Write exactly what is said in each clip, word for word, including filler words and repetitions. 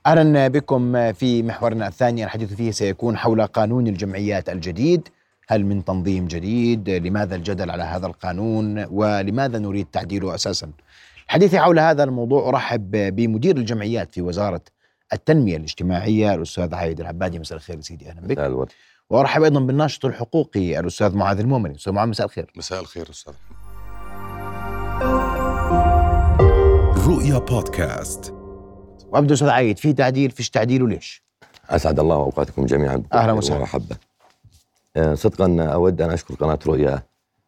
أهلا بكم في محورنا الثاني. الحديث فيه سيكون حول قانون الجمعيات الجديد. هل من تنظيم جديد؟ لماذا الجدل على هذا القانون؟ ولماذا نريد تعديله أساسا؟ الحديث حول هذا الموضوع أرحب بمدير الجمعيات في وزارة التنمية الاجتماعية الأستاذ عايد العبادي. مساء الخير سيدي، أهلا بك. وأرحب أيضا بالناشط الحقوقي الأستاذ معاذ المؤمني. أستاذ معاذ مساء الخير. مساء الخير أستاذ. رؤيا بودكاست. وأبدو أستاذ عايد في تعديل، فيش تعديل وليش؟ أسعد الله أوقاتكم جميعا. أهلا وسهلا. ومرحبا. صدقا أود أن أشكر قناة رؤيا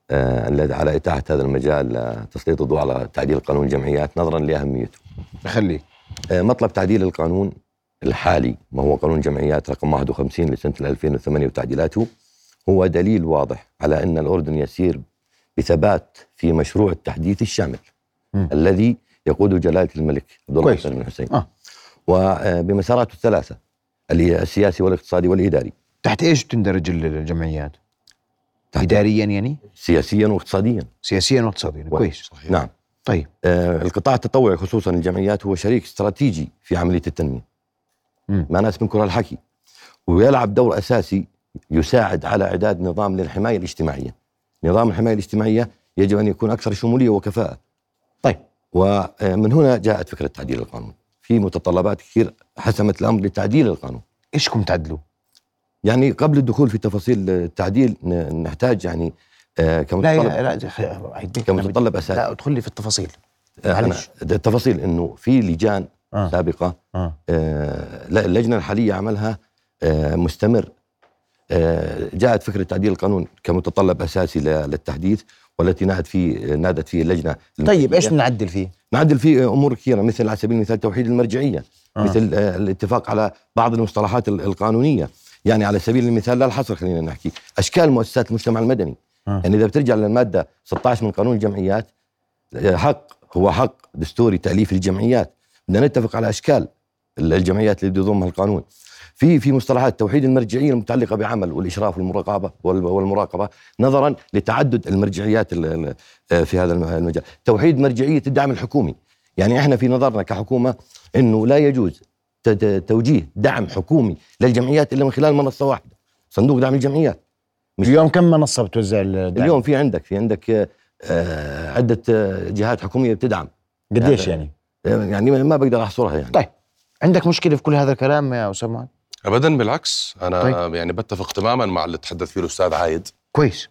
على إتاحة هذا المجال تسليط الضوء على تعديل قانون الجمعيات نظرا لأهميته. بخلي مطلب تعديل القانون الحالي، ما هو قانون الجمعيات رقم واحد وخمسين لسنة ألفين وثمانية وتعديلاته، هو دليل واضح على أن الأردن يسير بثبات في مشروع التحديث الشامل م. الذي يقوده جلالة الملك عبد الله بن حسين آه. وبمساراته الثلاثة اللي هي السياسي والاقتصادي والإداري. تحت إيش تندرج الجمعيات؟ إداريا يعني؟ سياسيا واقتصاديا. سياسيا واقتصاديا و... كويس. صحيح. نعم. طيب آه القطاع التطوعي خصوصا الجمعيات هو شريك استراتيجي في عملية التنمية. م. ما ناس بنكر الحكي، ويلعب دور أساسي يساعد على إعداد نظام للحماية الاجتماعية. نظام الحماية الاجتماعية يجب أن يكون أكثر شمولية وكفاءة. طيب ومن هنا جاءت فكرة تعديل القانون. في متطلبات كثير حسمت الأمر لتعديل القانون. إيشكم تعدلوا؟ يعني قبل الدخول في تفاصيل التعديل نحتاج يعني آه كمتطلب لا لا لا كمتطلب أساسي. لا ادخل لي في التفاصيل. آه التفاصيل إنه في لجان آه. سابقة آه. آه اللجنة الحالية عملها آه مستمر. آه جاءت فكرة تعديل القانون كمتطلب أساسي للتحديث، والتي نادت فيه نادت فيه اللجنة. طيب إيش نعدل فيه؟ نعدل فيه أمور كثيرة، مثل على سبيل المثال توحيد المرجعية، آه. مثل آه الاتفاق على بعض المصطلحات القانونية. يعني على سبيل المثال لا الحصر خلينا نحكي أشكال مؤسسات المجتمع المدني. آه. يعني إذا بترجع للمادة ستة عشر من قانون الجمعيات، حق هو حق دستوري تأليف الجمعيات، بدنا نتفق على أشكال الجمعيات اللي بده يضمها القانون. في في مصطلحات توحيد المرجعية المتعلقة بعمل والإشراف والمراقبة والمراقبة نظرا لتعدد المرجعيات في هذا المجال. توحيد مرجعية الدعم الحكومي، يعني احنا في نظرنا كحكومة إنه لا يجوز توجيه دعم حكومي للجمعيات إلا من خلال منصة واحدة، صندوق دعم الجمعيات. اليوم كم منصة بتوزع الدعم؟ اليوم في عندك في عندك آه عدة جهات حكومية بتدعم. قديش يعني؟ يعني ما بقدر أحصرها يعني. طيب عندك مشكلة في كل هذا الكلام يا أستاذ معاذ؟ أبداً، بالعكس أنا طيب. يعني بتفق تماماً مع اللي تحدث فيه الأستاذ عايد. كويس.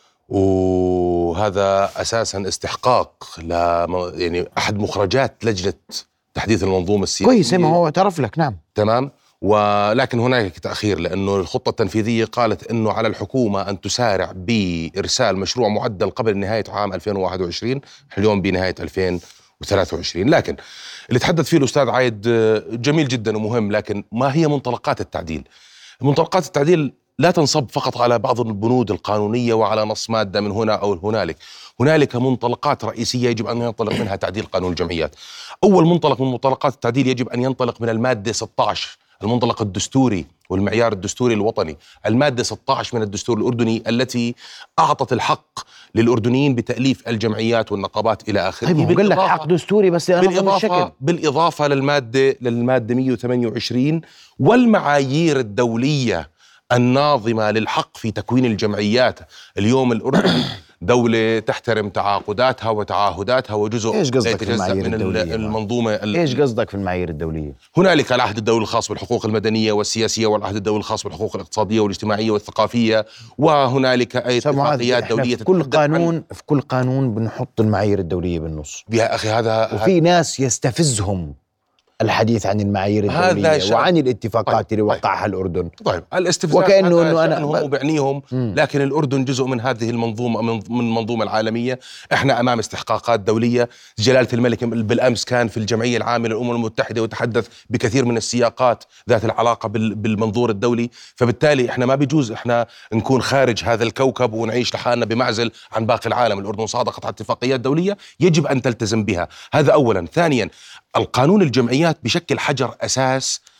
وهذا أساساً استحقاق ل يعني أحد مخرجات لجنة تحديث المنظومة السياسية. كويس، ما هو اعترف لك. نعم تمام. ولكن هناك تأخير، لأنه الخطة التنفيذية قالت أنه على الحكومة أن تسارع بإرسال مشروع معدل قبل نهاية عام ألفين وواحد وعشرين، اليوم بنهاية ألفين وثلاثة وعشرين. لكن اللي تحدث فيه الأستاذ عايد جميل جدا ومهم، لكن ما هي منطلقات التعديل؟ منطلقات التعديل لا تنصب فقط على بعض البنود القانونية وعلى نص مادة من هنا أو هنالك. هنالك منطلقات رئيسية يجب أن ينطلق منها تعديل قانون الجمعيات. أول منطلق من منطلقات التعديل يجب أن ينطلق من المادة ستة عشر، المنطلق الدستوري والمعيار الدستوري الوطني. المادة ستة عشر من الدستور الأردني التي أعطت الحق للأردنيين بتأليف الجمعيات والنقابات إلى آخره. طيب بقول لك حق دستوري بس بالإضافة, بالإضافة للمادة للمادة مئة وثمانية وعشرين والمعايير الدولية الناظمة للحق في تكوين الجمعيات. اليوم الأردن دولة تحترم تعاقداتها وتعاهداتها وجزء إيش قصدك في من الدولية؟ المنظومة. إيش قصدك في المعايير الدولية؟ هنالك العهد الدولي الخاص بالحقوق المدنية والسياسية، والعهد الدولي الخاص بالحقوق الاقتصادية والاجتماعية والثقافية، وهنالك أي اتفاقيات دولية. في كل قانون في كل قانون بنحط المعايير الدولية بالنص يا أخي. هذا وفي ناس يستفزهم الحديث عن المعايير الدولية وعن الاتفاقات طيب. اللي وقعها الأردن. طيب الاستفزاز وكأنه إنه أنا هم بعنيهم، لكن الأردن جزء من هذه المنظومة، من المنظومة العالمية. إحنا أمام استحقاقات دولية. جلالة الملك بالأمس كان في الجمعية العامة للأمم المتحدة وتحدث بكثير من السياقات ذات العلاقة بالمنظور الدولي. فبالتالي إحنا ما بيجوز إحنا نكون خارج هذا الكوكب ونعيش لحالنا بمعزل عن باقي العالم. الأردن صادقت على اتفاقيات دولية يجب أن تلتزم بها. هذا أولا. ثانيا، القانون الجمعيات بشكل حجر أساس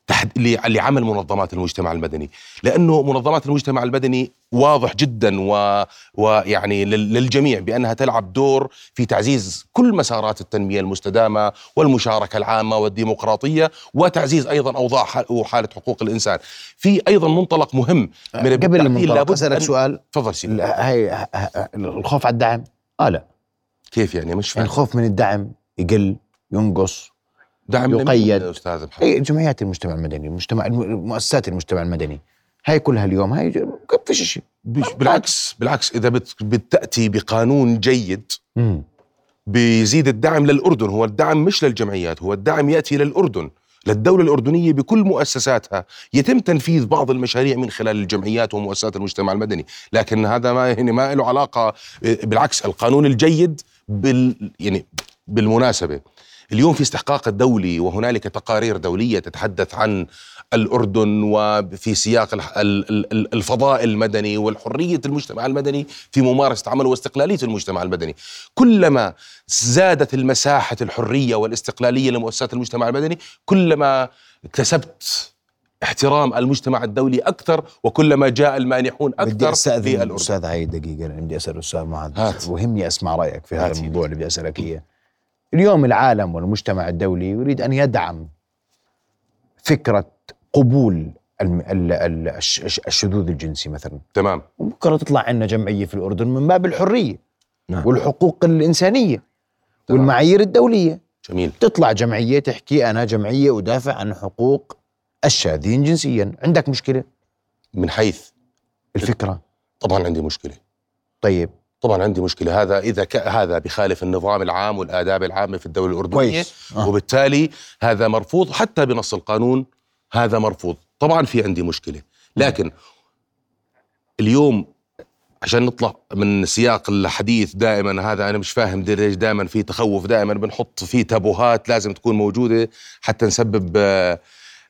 لعمل منظمات المجتمع المدني، لأنه منظمات المجتمع المدني واضح جدا و... ويعني للجميع بأنها تلعب دور في تعزيز كل مسارات التنمية المستدامة والمشاركة العامة والديمقراطية، وتعزيز أيضا أوضاع وحالة حقوق الإنسان. في أيضا منطلق مهم من قبل المنطلق أسألك سؤال. تفضل سيدي. هاي الخوف على الدعم آه لا كيف يعني؟ مش فاهم. الخوف من الدعم يقل ينقص دعم يقيد أستاذ محمد. اي جمعيات المجتمع المدني، المجتمع مؤسسات المجتمع المدني هاي كلها اليوم هاي فيش شيء. بالعكس بالعكس إذا بتأتي بقانون جيد مم. بيزيد الدعم للأردن. هو الدعم مش للجمعيات، هو الدعم يأتي للأردن، للدولة الأردنية بكل مؤسساتها. يتم تنفيذ بعض المشاريع من خلال الجمعيات ومؤسسات المجتمع المدني، لكن هذا ما يعني ما له علاقة. بالعكس القانون الجيد بال يعني بالمناسبة اليوم في استحقاق الدولي، وهنالك تقارير دولية تتحدث عن الأردن وفي سياق الفضاء المدني والحرية المجتمع المدني في ممارسة عمله واستقلالية المجتمع المدني. كلما زادت المساحة الحرية والاستقلالية لمؤسسات المجتمع المدني كلما اكتسبت احترام المجتمع الدولي أكثر، وكلما جاء المانحون أكثر في الأردن. أستاذ عايد دقيقة أنا بدي أسأل أستاذ معاذ وهمني أسمع رأيك في هذا الموضوع اللي بدي أسألك إياه. اليوم العالم والمجتمع الدولي يريد أن يدعم فكرة قبول الشذوذ الجنسي مثلا. تمام. وبكرة تطلع عنا جمعية في الأردن من باب الحرية نعم. والحقوق الإنسانية تمام. والمعايير الدولية. جميل. تطلع جمعية تحكي أنا جمعية أدافع عن حقوق الشاذين جنسيا. عندك مشكلة من حيث الفكرة؟ طبعا عندي مشكلة. طيب طبعا عندي مشكلة. هذا إذا ك... هذا بخالف النظام العام والآداب العامة في الدولة الأردنية. آه. وبالتالي هذا مرفوض حتى بنص القانون، هذا مرفوض. طبعا في عندي مشكلة، لكن اليوم عشان نطلع من سياق الحديث دائما هذا أنا مش فاهم ليش دائما في تخوف، دائما بنحط فيه تابوهات لازم تكون موجودة حتى نسبب آآ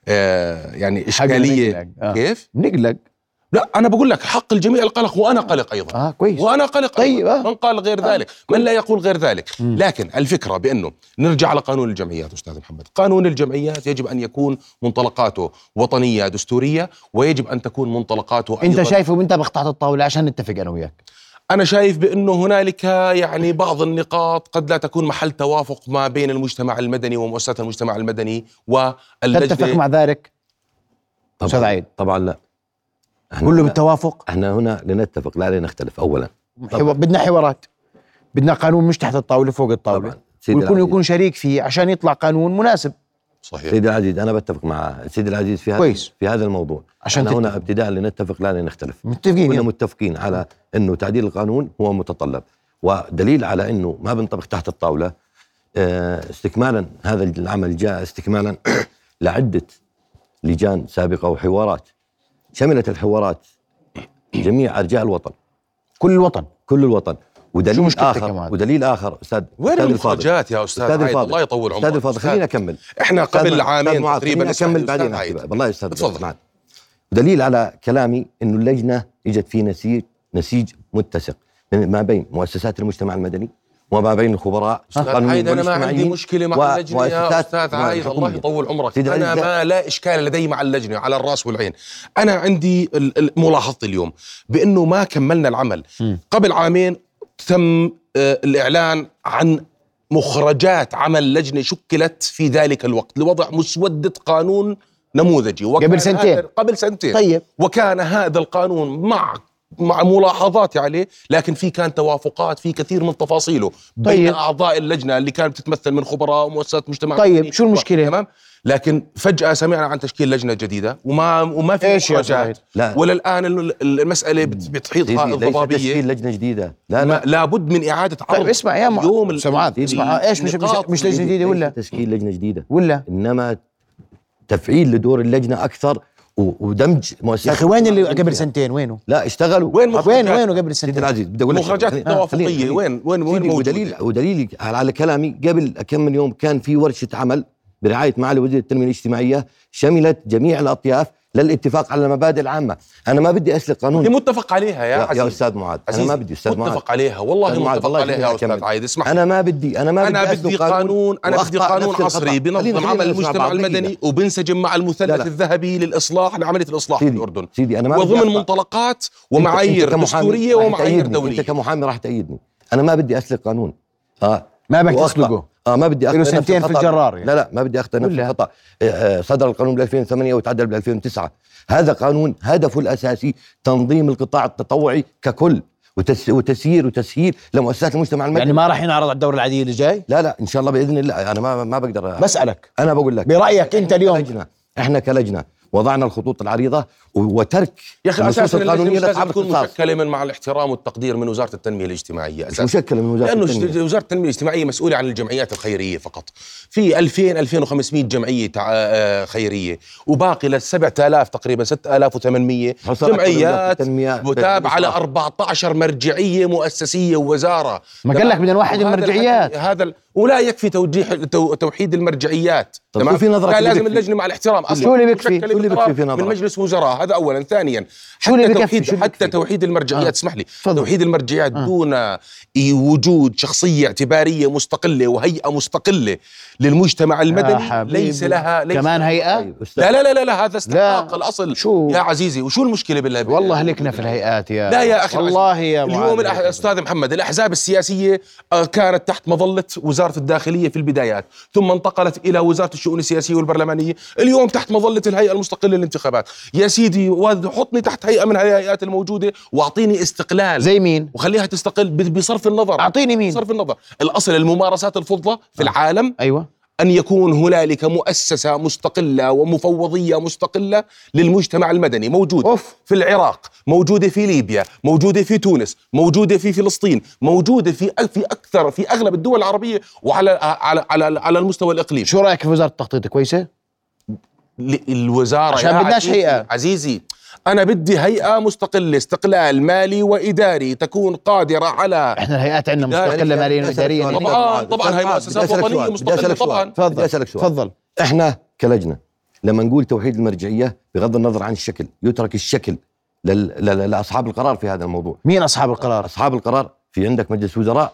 آآ يعني إشكالية. آه. كيف؟ نقلق. لا أنا بقول لك حق الجميع القلق، وأنا قلق أيضا. آه كويس. وأنا قلق طيب. أيضا. من قال غير آه. ذلك من لا يقول غير ذلك. مم. لكن الفكرة بأنه نرجع على قانون الجمعيات أستاذ محمد. قانون الجمعيات يجب أن يكون منطلقاته وطنية دستورية، ويجب أن تكون منطلقاته أنت شايفه وأنت بقطعت الطاولة عشان نتفق أنا وياك. أنا شايف بأنه هنالك يعني بعض النقاط قد لا تكون محل توافق ما بين المجتمع المدني ومؤسسات المجتمع المدني واللجنة. تتفق مع ذلك أستاذ عيد؟ طبعا لا. كله بالتوافق. احنا هنا لنتفق لا لنختلف. اولا حو... بدنا حوارات، بدنا قانون مش تحت الطاولة فوق الطاولة، ويكون يكون شريك فيه عشان يطلع قانون مناسب. صحيح سيدي العزيز أنا بتفق مع سيدي العزيز في هذا في هذا الموضوع. عشان هنا ابتداء لنتفق لا لنختلف. متفقين كنا متفقين على إنه تعديل القانون هو متطلب، ودليل على إنه ما بنطبق تحت الطاولة استكمالا هذا العمل جاء استكمالا لعدة لجان سابقة وحوارات شملت الحوارات جميع أرجاء الوطن، كل الوطن كل الوطن. ودليل آخر كمان. ودليل آخر أستاذ وين المخرجات يا أستاذ عايد؟ الله يطول عمرك. أستاذ الفاضل خلينا أكمل. إحنا قبل عامين تقريبا أكمل بعدين والله أستاذ تفضل. دليل على كلامي إنه اللجنة إجت في نسيج نسيج متسق ما بين مؤسسات المجتمع المدني وما بين الخبراء القانونيين. أنا ما عندي مشكلة مع اللجنة يا أستاذ عايد الله يطول عمرك. أنا ما لا إشكال لدي مع اللجنة على الرأس والعين. أنا عندي ملاحظتي اليوم بأنه ما كملنا العمل. م. قبل عامين تم الإعلان عن مخرجات عمل لجنة شكلت في ذلك الوقت لوضع مسودة قانون نموذجي قبل سنتين. قبل سنتين طيب. وكان هذا القانون مع مع ملاحظاتي عليه، لكن في كان توافقات في كثير من تفاصيله بين طيب. أعضاء اللجنة اللي كانت بتتمثل من خبراء ومؤسسات مجتمع. طيب شو المشكلة؟ تمام. لكن فجأة سمعنا عن تشكيل لجنة جديدة وما وما في مخرجات، ولا الآن المسألة بتحيطها الضبابية. تشكيل لجنة جديدة لا لا لابد من إعادة عرض. طيب اسمع يا يوم سمعت اسمع ايش مش مش, مش لجنة جديدة ولا تشكيل لجنة جديدة ولا إنما تفعيل لدور اللجنة أكثر ودمج مؤسسات. يا أخي وين اللي قبل سنتين وينه؟ لا اشتغلوا. وين وين وينه قبل سنتين؟ سيدي العزيز بدي أقول لك مخرجات التوافقية وين وين وين موجودة؟ ودليل ودليل على كلامي قبل كم من يوم كان في ورشة عمل برعاية معالي وزير التنمية الاجتماعية شملت جميع الأطياف للاتفاق على المبادئ العامه. انا ما بدي اسلك قانون هي متفق عليها يا, يا, عزيز. يا استاذ معاذ، انا ما بدي استاذ معاذ متفق عليها والله أستاذ متفق معاذ. عليها يا استاذ عايد. اسمح، انا ما بدي انا ما انا بدي, بدي قانون انا بدي قانون عصري بنظم عمل المجتمع المدني وبنسجم مع المثلث الذهبي للاصلاح لعمليه الاصلاح سيدي في الاردن سيدي انا ما وضمن منطلقات ومعايير دستوريه ومعايير دوليه. انت كمحامي راح تأيدني، انا ما بدي اسلك قانون اه ما بدك تسلقه اه ما بدي اخذ سنتين في الجرار يعني. لا لا ما بدي اخذ نفس الخطا. آه صدر القانون ب ألفين وثمانية وتعدل ب ألفين وتسعة. هذا قانون هدفه الاساسي تنظيم القطاع التطوعي ككل وتس وتسيير وتسهيل لمؤسسات المجتمع المدني. يعني ما راح ينعرض على الدور العادي اللي جاي؟ لا لا ان شاء الله باذن الله. انا ما ما بقدر بسالك، انا بقول لك برايك انت اليوم كلجنة. احنا كلجنه وضعنا الخطوط العريضه وترك يا اخي اساسا القانونيه لازم تكون مشكله من مع الاحترام والتقدير من وزاره التنميه الاجتماعيه اساسا. مشكله من وزاره لانه التنميه، وزاره التنميه الاجتماعيه مسؤوله عن الجمعيات الخيريه فقط. في ألفين ألفين وخمسمئة جمعيه خيريه وباقي ل سبعة آلاف تقريبا ستة آلاف وثمانمئة جمعيات متابعه على أربعة عشر مرجعيه مؤسسيه ووزاره. ما قال لك بدنا نوحد المرجعيات هذا ولا يكفي توجيه توحيد المرجعيات. تمام، في نظرك كان لازم اللجنه مع الاحترام اصلا شو اللي بيكفي؟ شو اللي بيكفي في نظرك؟ من مجلس وزراء. هذا اولا. ثانيا شو اللي بيكفي؟ توحيد شو اللي حتى بيكفي؟ توحيد المرجعيات. اسمح لي، فضل. توحيد المرجعيات آه. دون وجود شخصية اعتبارية مستقلة وهيئة مستقلة للمجتمع المدني ليس لها ليس كمان هيئة. لا لا لا لا, لا هذا استحقاق الاصل. شو يا عزيزي وشو المشكلة بالله؟ والله لكنا في الهيئات يا لا يا اخي والله يا اليوم الأح... استاذ محمد الاحزاب السياسية كانت تحت مظلة وزارة الداخلية في البدايات، ثم انتقلت الى وزارة الشؤون السياسية والبرلمانية، اليوم تحت مظلة الهيئة المستقلة للانتخابات. يا سيدي حطني تحت هيئة من الهيئات الموجودة واعطيني استقلال. زي مين؟ وخليها تستقل بصرف النظر. اعطيني مين؟ بصرف النظر. الاصل الممارسات الفضلى في العالم ايوه أن يكون هنالك مؤسسة مستقلة ومفوضية مستقلة للمجتمع المدني موجودة أوف. في العراق، موجودة في ليبيا، موجودة في تونس، موجودة في فلسطين، موجودة في في أكثر في أغلب الدول العربية وعلى على على على المستوى الإقليمي. شو رأيك في وزارة التخطيط؟ كويسة؟ الوزارة عشان بدناش عزيزي هيئة. عزيزي أنا بدي هيئة مستقلة استقلال مالي وإداري تكون قادرة على. إحنا الهيئات عندنا مستقلة ماليا وإداريا. طبعا طبعا هي مؤسسات وطنية مستقلة طبعا. بدي أسألك سؤال. تفضل. إحنا كلجنة لما نقول توحيد المرجعية بغض النظر عن الشكل، يترك الشكل لل... لل... لأصحاب القرار في هذا الموضوع. مين أصحاب القرار؟ أصحاب القرار في عندك مجلس وزراء.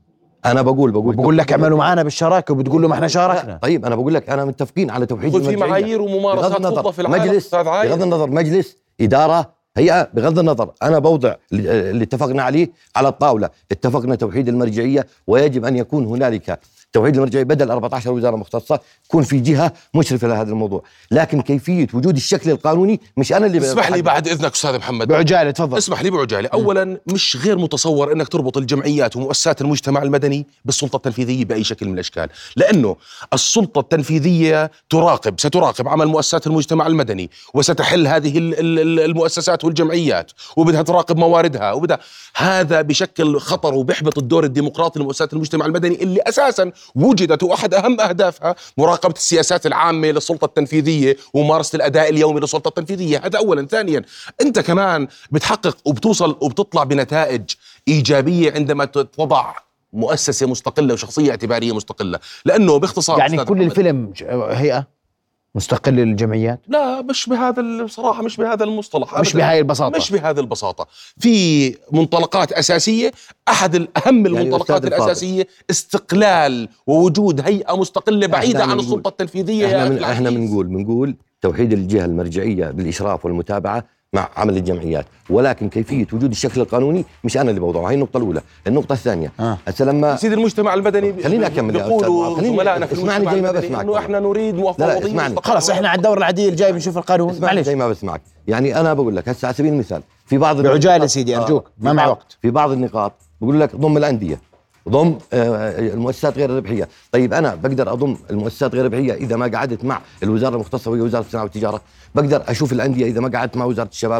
أنا بقول بقول بقول لك اعملوا معنا بالشراكة وبتقول له ما إحنا شاركنا. طيب أنا بقول لك أنا متفقين على توحيد المرجعية. في معايير وممارسات فضة في العالم. مجلس بغض النظر مجلس إدارة هيئة بغض النظر، أنا بوضع اللي اتفقنا عليه على الطاولة. اتفقنا توحيد المرجعية ويجب أن يكون هنالك توحيد المرجعية بدل أربعة عشر وزارة مختصة، يكون في جهة مشرفة لهذا الموضوع. لكن كيفية وجود الشكل القانوني مش أنا اللي اسمح لي بعد إذنك أستاذ محمد بعجالة تفضل. اسمح لي بعجالة. أولا مش غير متصور أنك تربط الجمعيات ومؤسسات المجتمع المدني بالسلطة التنفيذية بأي شكل من الأشكال، لأنه السلطة التنفيذية تراقب ستراقب عمل مؤسسات المجتمع المدني وستحل هذه المؤسسات والجمعيات وبدها تراقب مواردها وبدها. هذا بشكل خطر وبيحبط الدور الديمقراطي لمؤسسات المجتمع المدني اللي أساسا وجدت وأحد أهم أهدافها مراقبة السياسات العامة للسلطة التنفيذية وممارسة الأداء اليومي للسلطة التنفيذية. هذا أولا. ثانيا أنت كمان بتحقق وبتوصل وبتطلع بنتائج إيجابية عندما تضع مؤسسة مستقلة وشخصية اعتبارية مستقلة، لأنه باختصار يعني كل الفيلم هيئة مستقلة للجمعيات؟ لا مش بهذا الصراحة، مش بهذا المصطلح، مش بهاي البساطة، مش بهذه البساطة. في منطلقات أساسية، أحد الأهم يعني المنطلقات الأساسية استقلال ووجود هيئة مستقلة بعيدة عن السلطة التنفيذية. احنا من احنا بنقول بنقول توحيد الجهة المرجعية بالإشراف والمتابعة مع عمل الجمعيات، ولكن كيفية وجود الشكل القانوني مش أنا اللي بوضعه. هي النقطة الأولى. النقطة الثانية هسه آه. لما سيد المجتمع المدني خليني أكمل يقولوا زملائنا في اسمعني المجتمع زي ما المدني بسمعك إنه إحنا نريد مفوضية. خلاص إحنا على الدور العادي الجاي بنشوف القانون. معلش زي ما بسمعك. يعني أنا بقول لك هسه على سبيل المثال في بعض بعجالة سيدي أرجوك آه. ما معي وقت. في بعض النقاط بقول لك ضم الأندية، ضم المؤسسات غير الربحية. طيب أنا بقدر أضم المؤسسات غير الربحية إذا ما قعدت مع الوزارة المختصة وهي وزارة الصناعة والتجارة. بقدر أشوف الأندية إذا ما قعدت مع وزارة الشباب.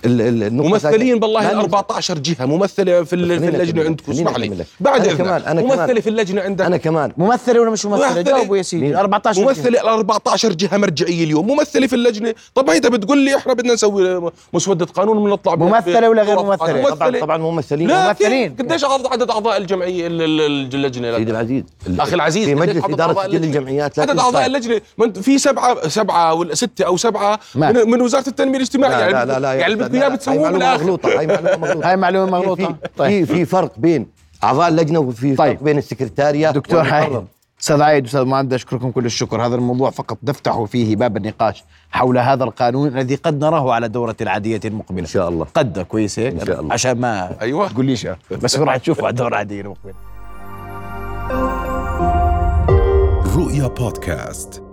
ممثلين بالله ال أربعة عشر جهة ممثلة في اللجنة عندكم. اسمح لي بعد أنا كمان أنا ممثلة كمان في اللجنة عندك. أنا كمان ممثلة ولا مش ممثلة؟ جاوبوا يا سيدي. أربعة عشر ممثلة ال أربعة عشر جهة مرجعية اليوم ممثلة في اللجنة. طبعا أنت بتقول لي إحنا بدنا نسوي مسودة قانون ونطلع ممثلة ولا غير ممثلة؟ طبعا طبعا ممثلين ممثلين. قديش عدد أعضاء الجمعية اللجنه؟ سيدي العزيز اخي العزيز في مجلس اداره سجل الجمعيات عدد اعضاء اللجنه في سبعه سبعه ولا سته او سبعه من, من وزاره التنميه الاجتماعيه. لا يعني لا لا لا يعني بدكم اياه بتسووه بالاخر. هاي معلومه مغلوطه هاي معلومه مغلوطه. في في, في فرق بين اعضاء اللجنه وفي طيب. فرق بين السكرتاريه. دكتور عايد، استاذ عايد، استاذ معد، اشكركم كل الشكر. هذا الموضوع فقط نفتح فيه باب النقاش حول هذا القانون الذي قد نراه على دورة العادية المقبلة ان شاء الله. قد كويس هيك ان شاء الله عشان ما ايوه تقول ليش بس راح تشوفوا على الدورة العادية المقبلة. رؤيا بودكاست.